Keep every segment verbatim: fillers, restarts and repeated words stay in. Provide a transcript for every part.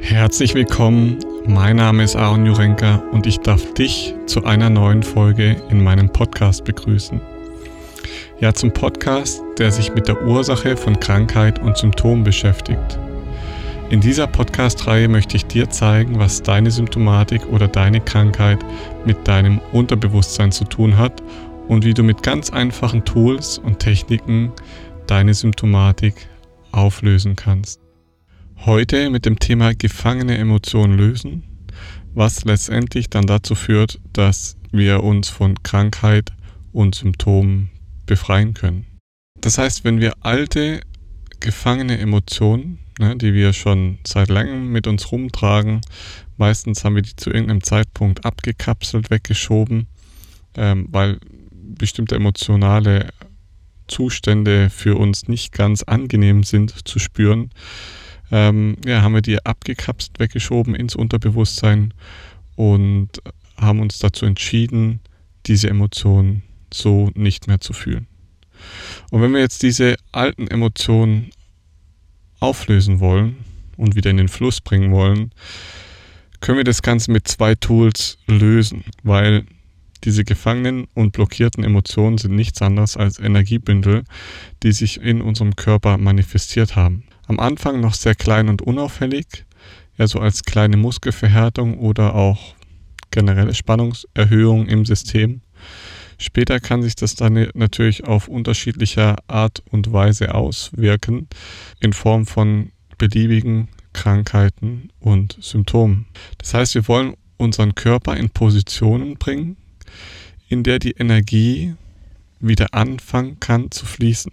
Herzlich willkommen, mein Name ist Aaron Jurenka und ich darf dich zu einer neuen Folge in meinem Podcast begrüßen. Ja, zum Podcast, der sich mit der Ursache von Krankheit und Symptomen beschäftigt. In dieser Podcast-Reihe möchte ich dir zeigen, was deine Symptomatik oder deine Krankheit mit deinem Unterbewusstsein zu tun hat und wie du mit ganz einfachen Tools und Techniken deine Symptomatik auflösen kannst. Heute mit dem Thema gefangene Emotionen lösen, was letztendlich dann dazu führt, dass wir uns von Krankheit und Symptomen befreien können. Das heißt, wenn wir alte, gefangene Emotionen, ne, die wir schon seit langem mit uns rumtragen, meistens haben wir die zu irgendeinem Zeitpunkt abgekapselt, weggeschoben, ähm, weil bestimmte emotionale Zustände für uns nicht ganz angenehm sind zu spüren, Ähm, ja, haben wir die abgekapselt, weggeschoben ins Unterbewusstsein und haben uns dazu entschieden, diese Emotionen so nicht mehr zu fühlen. Und wenn wir jetzt diese alten Emotionen auflösen wollen und wieder in den Fluss bringen wollen, können wir das Ganze mit zwei Tools lösen, weil diese gefangenen und blockierten Emotionen sind nichts anderes als Energiebündel, die sich in unserem Körper manifestiert haben. Am Anfang noch sehr klein und unauffällig, ja so als kleine Muskelverhärtung oder auch generelle Spannungserhöhung im System. Später kann sich das dann natürlich auf unterschiedlicher Art und Weise auswirken, in Form von beliebigen Krankheiten und Symptomen. Das heißt, wir wollen unseren Körper in Positionen bringen, in der die Energie wieder anfangen kann zu fließen.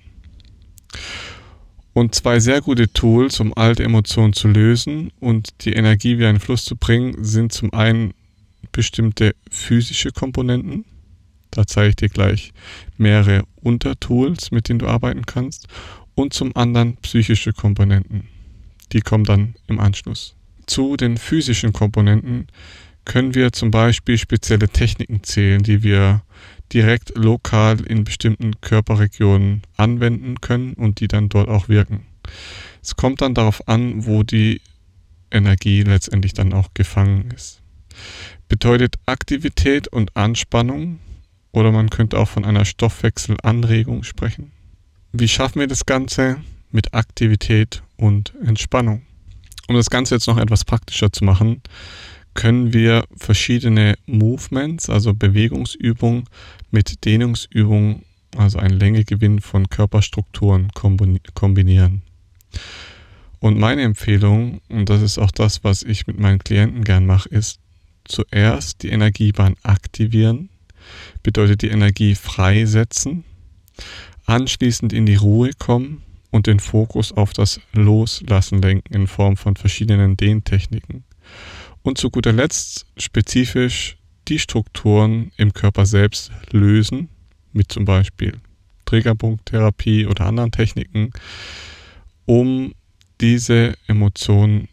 Und zwei sehr gute Tools, um alte Emotionen zu lösen und die Energie wieder in den Fluss zu bringen, sind zum einen bestimmte physische Komponenten. Da zeige ich dir gleich mehrere Untertools, mit denen du arbeiten kannst. Und zum anderen psychische Komponenten. Die kommen dann im Anschluss. Zu den physischen Komponenten können wir zum Beispiel spezielle Techniken zählen, die wir direkt lokal in bestimmten Körperregionen anwenden können und die dann dort auch wirken. Es kommt dann darauf an, wo die Energie letztendlich dann auch gefangen ist. Bedeutet Aktivität und Anspannung oder man könnte auch von einer Stoffwechselanregung sprechen. Wie schaffen wir das Ganze? Mit Aktivität und Entspannung. Um das Ganze jetzt noch etwas praktischer zu machen, können wir verschiedene Movements, also Bewegungsübungen mit Dehnungsübungen, also einen Längegewinn von Körperstrukturen kombinieren. Und meine Empfehlung, und das ist auch das, was ich mit meinen Klienten gern mache, ist zuerst die Energiebahn aktivieren, bedeutet die Energie freisetzen, anschließend in die Ruhe kommen und den Fokus auf das Loslassen lenken in Form von verschiedenen Dehntechniken. Und zu guter Letzt spezifisch die Strukturen im Körper selbst lösen, mit zum Beispiel Triggerpunkttherapie oder anderen Techniken, um diese Emotionen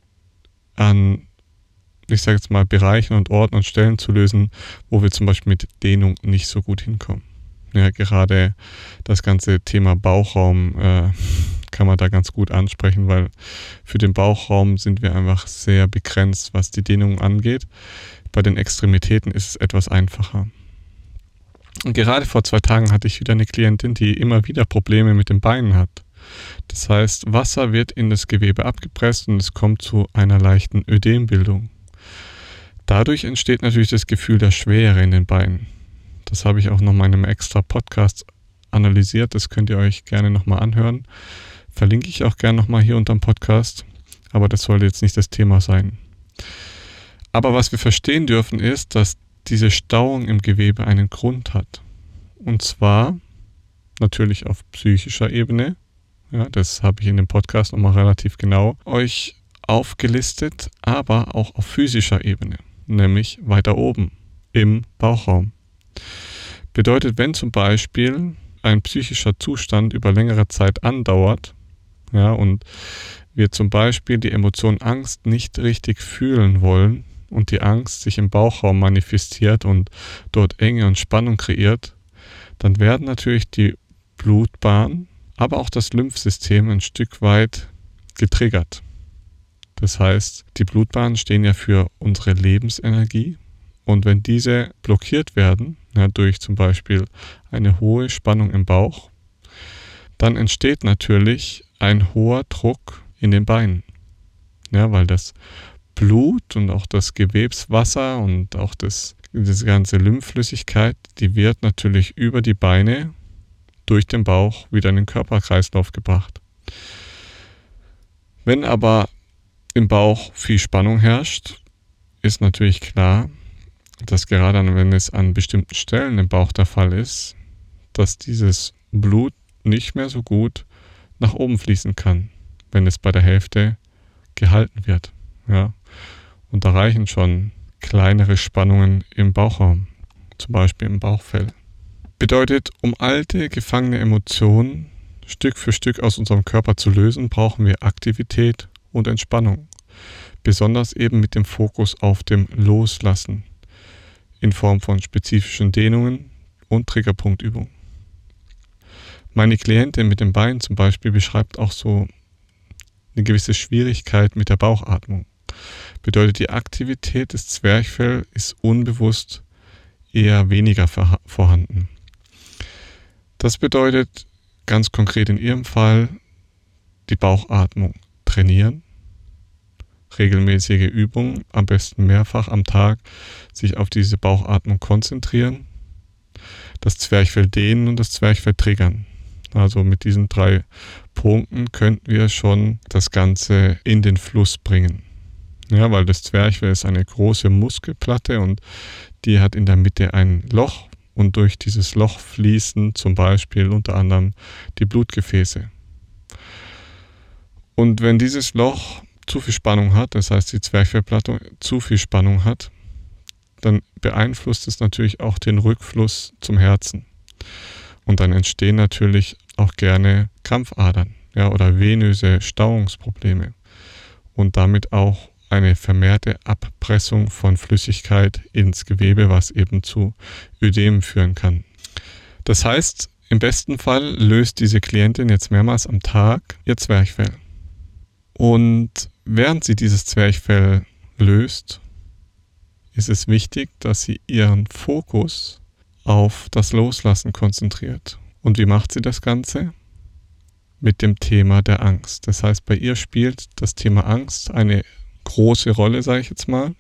an, ich sage jetzt mal, Bereichen und Orten und Stellen zu lösen, wo wir zum Beispiel mit Dehnung nicht so gut hinkommen. Ja, gerade das ganze Thema Bauchraum äh, kann man da ganz gut ansprechen, weil für den Bauchraum sind wir einfach sehr begrenzt, was die Dehnung angeht. Bei den Extremitäten ist es etwas einfacher. Und gerade vor zwei Tagen hatte ich wieder eine Klientin, die immer wieder Probleme mit den Beinen hat. Das heißt, Wasser wird in das Gewebe abgepresst und es kommt zu einer leichten Ödembildung. Dadurch entsteht natürlich das Gefühl der Schwere in den Beinen. Das habe ich auch noch mal in einem extra Podcast analysiert. Das könnt ihr euch gerne nochmal anhören. Verlinke ich auch gerne nochmal hier unter dem Podcast. Aber das soll jetzt nicht das Thema sein. Aber was wir verstehen dürfen ist, dass diese Stauung im Gewebe einen Grund hat. Und zwar natürlich auf psychischer Ebene. Ja, das habe ich in dem Podcast nochmal relativ genau euch aufgelistet. Aber auch auf physischer Ebene. Nämlich weiter oben im Bauchraum. Bedeutet, wenn zum Beispiel ein psychischer Zustand über längere Zeit andauert, ja, und wir zum Beispiel die Emotion Angst nicht richtig fühlen wollen und die Angst sich im Bauchraum manifestiert und dort Enge und Spannung kreiert, dann werden natürlich die Blutbahn, aber auch das Lymphsystem ein Stück weit getriggert. Das heißt, die Blutbahnen stehen ja für unsere Lebensenergie und wenn diese blockiert werden, ja, durch zum Beispiel eine hohe Spannung im Bauch, dann entsteht natürlich ein hoher Druck in den Beinen. Ja, weil das Blut und auch das Gewebswasser und auch das, diese ganze Lymphflüssigkeit, die wird natürlich über die Beine durch den Bauch wieder in den Körperkreislauf gebracht. Wenn aber im Bauch viel Spannung herrscht, ist natürlich klar, dass gerade wenn es an bestimmten Stellen im Bauch der Fall ist, dass dieses Blut nicht mehr so gut nach oben fließen kann, wenn es bei der Hälfte gehalten wird. Ja. Und da reichen schon kleinere Spannungen im Bauchraum, zum Beispiel im Bauchfell. Bedeutet, um alte, gefangene Emotionen Stück für Stück aus unserem Körper zu lösen, brauchen wir Aktivität und Entspannung. Besonders eben mit dem Fokus auf dem Loslassen in Form von spezifischen Dehnungen und Triggerpunktübungen. Meine Klientin mit dem Bein zum Beispiel beschreibt auch so eine gewisse Schwierigkeit mit der Bauchatmung. Bedeutet, die Aktivität des Zwerchfells ist unbewusst eher weniger vorhanden. Das bedeutet ganz konkret in ihrem Fall die Bauchatmung trainieren, regelmäßige Übungen, am besten mehrfach am Tag, sich auf diese Bauchatmung konzentrieren, das Zwerchfell dehnen und das Zwerchfell triggern. Also mit diesen drei Punkten könnten wir schon das Ganze in den Fluss bringen. Ja, weil das Zwerchfell ist eine große Muskelplatte und die hat in der Mitte ein Loch und durch dieses Loch fließen zum Beispiel unter anderem die Blutgefäße. Und wenn dieses Loch zu viel Spannung hat, das heißt die Zwerchfellplatte zu viel Spannung hat, dann beeinflusst es natürlich auch den Rückfluss zum Herzen. Und dann entstehen natürlich auch gerne Krampfadern, ja, oder venöse Stauungsprobleme und damit auch eine vermehrte Abpressung von Flüssigkeit ins Gewebe, was eben zu Ödem führen kann. Das heißt, im besten Fall löst diese Klientin jetzt mehrmals am Tag ihr Zwerchfell. Und während sie dieses Zwerchfell löst, ist es wichtig, dass sie ihren Fokus auf das Loslassen konzentriert. Und wie macht sie das Ganze? Mit dem Thema der Angst. Das heißt, bei ihr spielt das Thema Angst eine große Rolle, sage ich jetzt mal.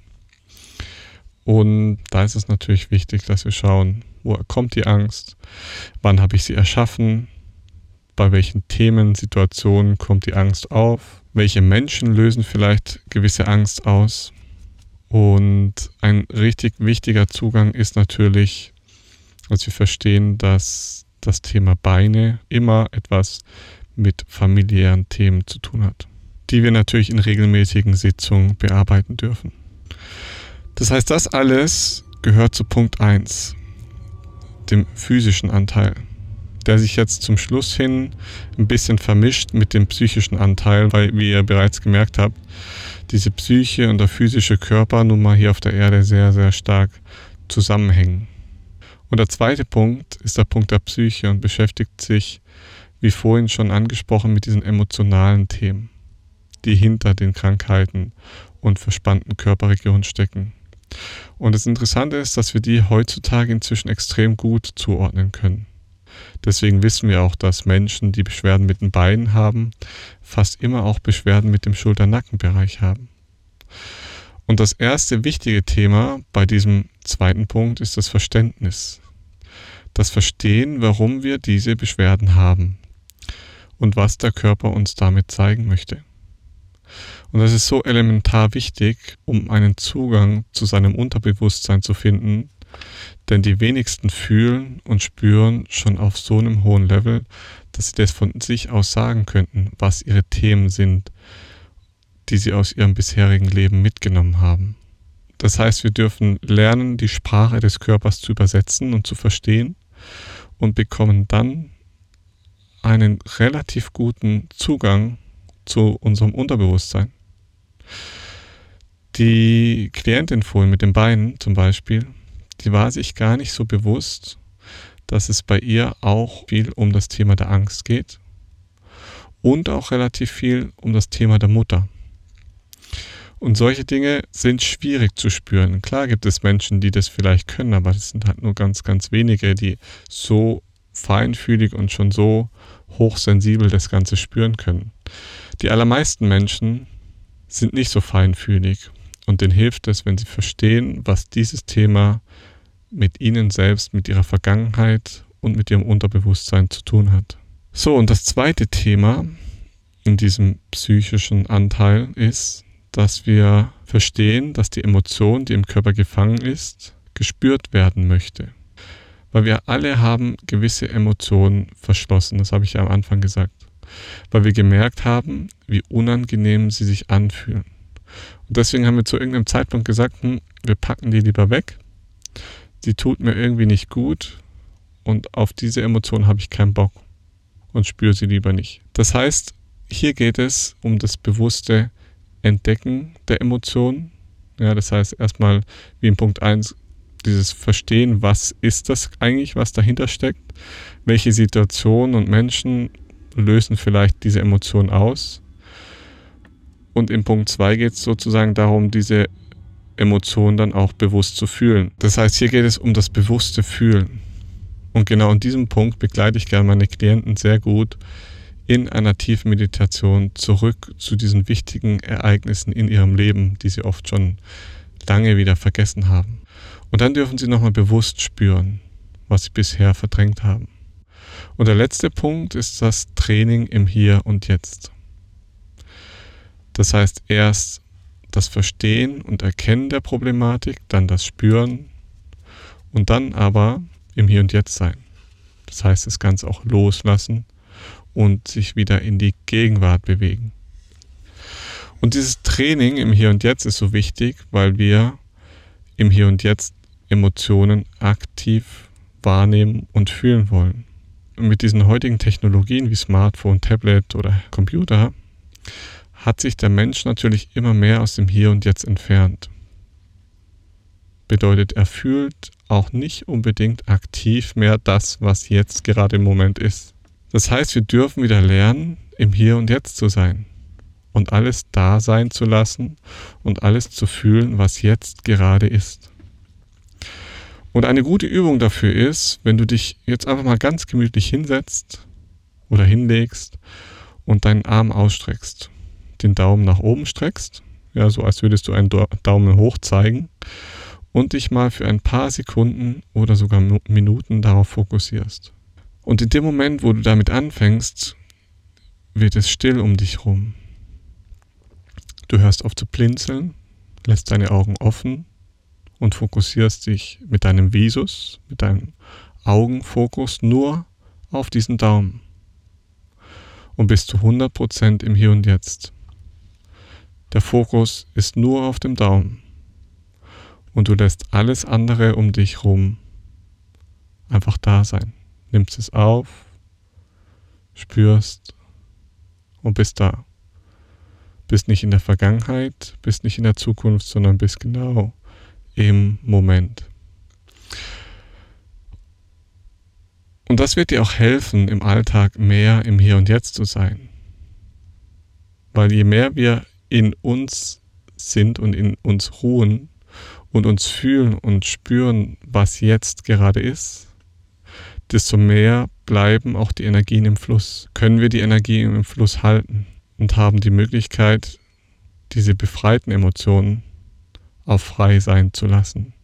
Und da ist es natürlich wichtig, dass wir schauen, woher kommt die Angst, wann habe ich sie erschaffen, bei welchen Themen, Situationen kommt die Angst auf, welche Menschen lösen vielleicht gewisse Angst aus. Und ein richtig wichtiger Zugang ist natürlich, dass wir verstehen, dass das Thema Beine immer etwas mit familiären Themen zu tun hat, die wir natürlich in regelmäßigen Sitzungen bearbeiten dürfen. Das heißt, das alles gehört zu Punkt eins, dem physischen Anteil, der sich jetzt zum Schluss hin ein bisschen vermischt mit dem psychischen Anteil, weil, wie ihr bereits gemerkt habt, diese Psyche und der physische Körper nun mal hier auf der Erde sehr, sehr stark zusammenhängen. Und der zweite Punkt ist der Punkt der Psyche und beschäftigt sich, wie vorhin schon angesprochen, mit diesen emotionalen Themen, die hinter den Krankheiten und verspannten Körperregionen stecken. Und das Interessante ist, dass wir die heutzutage inzwischen extrem gut zuordnen können. Deswegen wissen wir auch, dass Menschen, die Beschwerden mit den Beinen haben, fast immer auch Beschwerden mit dem Schulter-Nackenbereich haben. Und das erste wichtige Thema bei diesem zweiten Punkt ist das Verständnis. Das Verstehen, warum wir diese Beschwerden haben und was der Körper uns damit zeigen möchte. Und das ist so elementar wichtig, um einen Zugang zu seinem Unterbewusstsein zu finden, denn die wenigsten fühlen und spüren schon auf so einem hohen Level, dass sie das von sich aus sagen könnten, was ihre Themen sind, die sie aus ihrem bisherigen Leben mitgenommen haben. Das heißt, wir dürfen lernen, die Sprache des Körpers zu übersetzen und zu verstehen und bekommen dann einen relativ guten Zugang zu unserem Unterbewusstsein. Die Klientin vorhin mit den Beinen zum Beispiel, die war sich gar nicht so bewusst, dass es bei ihr auch viel um das Thema der Angst geht und auch relativ viel um das Thema der Mutter. Und solche Dinge sind schwierig zu spüren. Klar gibt es Menschen, die das vielleicht können, aber das sind halt nur ganz, ganz wenige, die so feinfühlig und schon so hochsensibel das Ganze spüren können. Die allermeisten Menschen sind nicht so feinfühlig und denen hilft es, wenn sie verstehen, was dieses Thema mit ihnen selbst, mit ihrer Vergangenheit und mit ihrem Unterbewusstsein zu tun hat. So, und das zweite Thema in diesem psychischen Anteil ist, dass wir verstehen, dass die Emotion, die im Körper gefangen ist, gespürt werden möchte. Weil wir alle haben gewisse Emotionen verschlossen, das habe ich ja am Anfang gesagt. Weil wir gemerkt haben, wie unangenehm sie sich anfühlen. Und deswegen haben wir zu irgendeinem Zeitpunkt gesagt, hm, wir packen die lieber weg. Die tut mir irgendwie nicht gut und auf diese Emotion habe ich keinen Bock und spüre sie lieber nicht. Das heißt, hier geht es um das bewusste Entdecken der Emotionen. Ja, das heißt erstmal, wie in Punkt eins, dieses Verstehen, was ist das eigentlich, was dahinter steckt, welche Situationen und Menschen lösen vielleicht diese Emotionen aus. Und in Punkt zwei geht es sozusagen darum, diese Emotionen dann auch bewusst zu fühlen. Das heißt, hier geht es um das bewusste Fühlen. Und genau in diesem Punkt begleite ich gerne meine Klienten sehr gut in einer tiefen Meditation zurück zu diesen wichtigen Ereignissen in ihrem Leben, die sie oft schon lange wieder vergessen haben. Und dann dürfen sie nochmal bewusst spüren, was sie bisher verdrängt haben. Und der letzte Punkt ist das Training im Hier und Jetzt. Das heißt, erst das Verstehen und Erkennen der Problematik, dann das Spüren und dann aber im Hier und Jetzt sein. Das heißt, das Ganze auch loslassen und sich wieder in die Gegenwart bewegen. Und dieses Training im Hier und Jetzt ist so wichtig, weil wir im Hier und Jetzt Emotionen aktiv wahrnehmen und fühlen wollen. Und mit diesen heutigen Technologien wie Smartphone, Tablet oder Computer hat sich der Mensch natürlich immer mehr aus dem Hier und Jetzt entfernt. Bedeutet, er fühlt auch nicht unbedingt aktiv mehr das, was jetzt gerade im Moment ist. Das heißt, wir dürfen wieder lernen, im Hier und Jetzt zu sein und alles da sein zu lassen und alles zu fühlen, was jetzt gerade ist. Und eine gute Übung dafür ist, wenn du dich jetzt einfach mal ganz gemütlich hinsetzt oder hinlegst und deinen Arm ausstreckst, den Daumen nach oben streckst, ja, so als würdest du einen Daumen hoch zeigen und dich mal für ein paar Sekunden oder sogar Minuten darauf fokussierst. Und in dem Moment, wo du damit anfängst, wird es still um dich rum. Du hörst auf zu blinzeln, lässt deine Augen offen und fokussierst dich mit deinem Visus, mit deinem Augenfokus nur auf diesen Daumen und bist zu hundert Prozent im Hier und Jetzt. Der Fokus ist nur auf dem Daumen und du lässt alles andere um dich rum einfach da sein. Nimmst es auf, spürst und bist da. Bist nicht in der Vergangenheit, bist nicht in der Zukunft, sondern bist genau im Moment. Und das wird dir auch helfen, im Alltag mehr im Hier und Jetzt zu sein. Weil je mehr wir in uns sind und in uns ruhen und uns fühlen und spüren, was jetzt gerade ist, desto mehr bleiben auch die Energien im Fluss. Können wir die Energien im Fluss halten und haben die Möglichkeit, diese befreiten Emotionen auf frei sein zu lassen.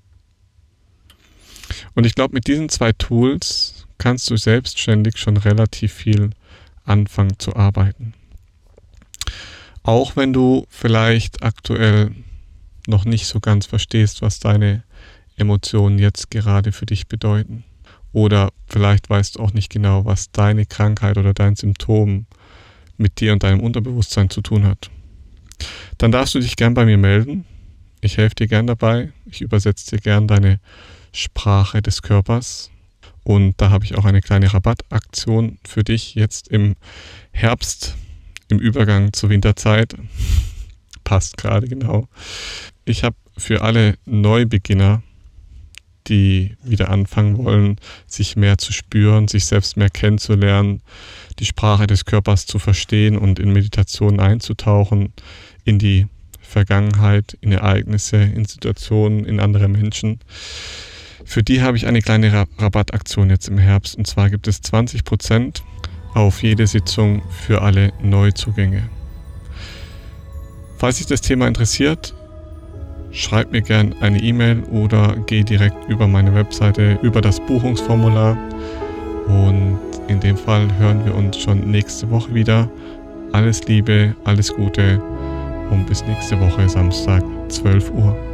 Und ich glaube, mit diesen zwei Tools kannst du selbstständig schon relativ viel anfangen zu arbeiten. Auch wenn du vielleicht aktuell noch nicht so ganz verstehst, was deine Emotionen jetzt gerade für dich bedeuten. Oder vielleicht weißt du auch nicht genau, was deine Krankheit oder dein Symptom mit dir und deinem Unterbewusstsein zu tun hat. Dann darfst du dich gern bei mir melden. Ich helfe dir gern dabei. Ich übersetze dir gern deine Sprache des Körpers. Und da habe ich auch eine kleine Rabattaktion für dich jetzt im Herbst, im Übergang zur Winterzeit. Passt gerade genau. Ich habe für alle Neubeginner, die wieder anfangen wollen, sich mehr zu spüren, sich selbst mehr kennenzulernen, die Sprache des Körpers zu verstehen und in Meditation einzutauchen, in die Vergangenheit, in Ereignisse, in Situationen, in andere Menschen. Für die habe ich eine kleine Rabattaktion jetzt im Herbst, und zwar gibt es zwanzig Prozent auf jede Sitzung für alle Neuzugänge. Falls dich das Thema interessiert, schreib mir gerne eine E-Mail oder geh direkt über meine Webseite, über das Buchungsformular, und in dem Fall hören wir uns schon nächste Woche wieder. Alles Liebe, alles Gute und bis nächste Woche Samstag, zwölf Uhr.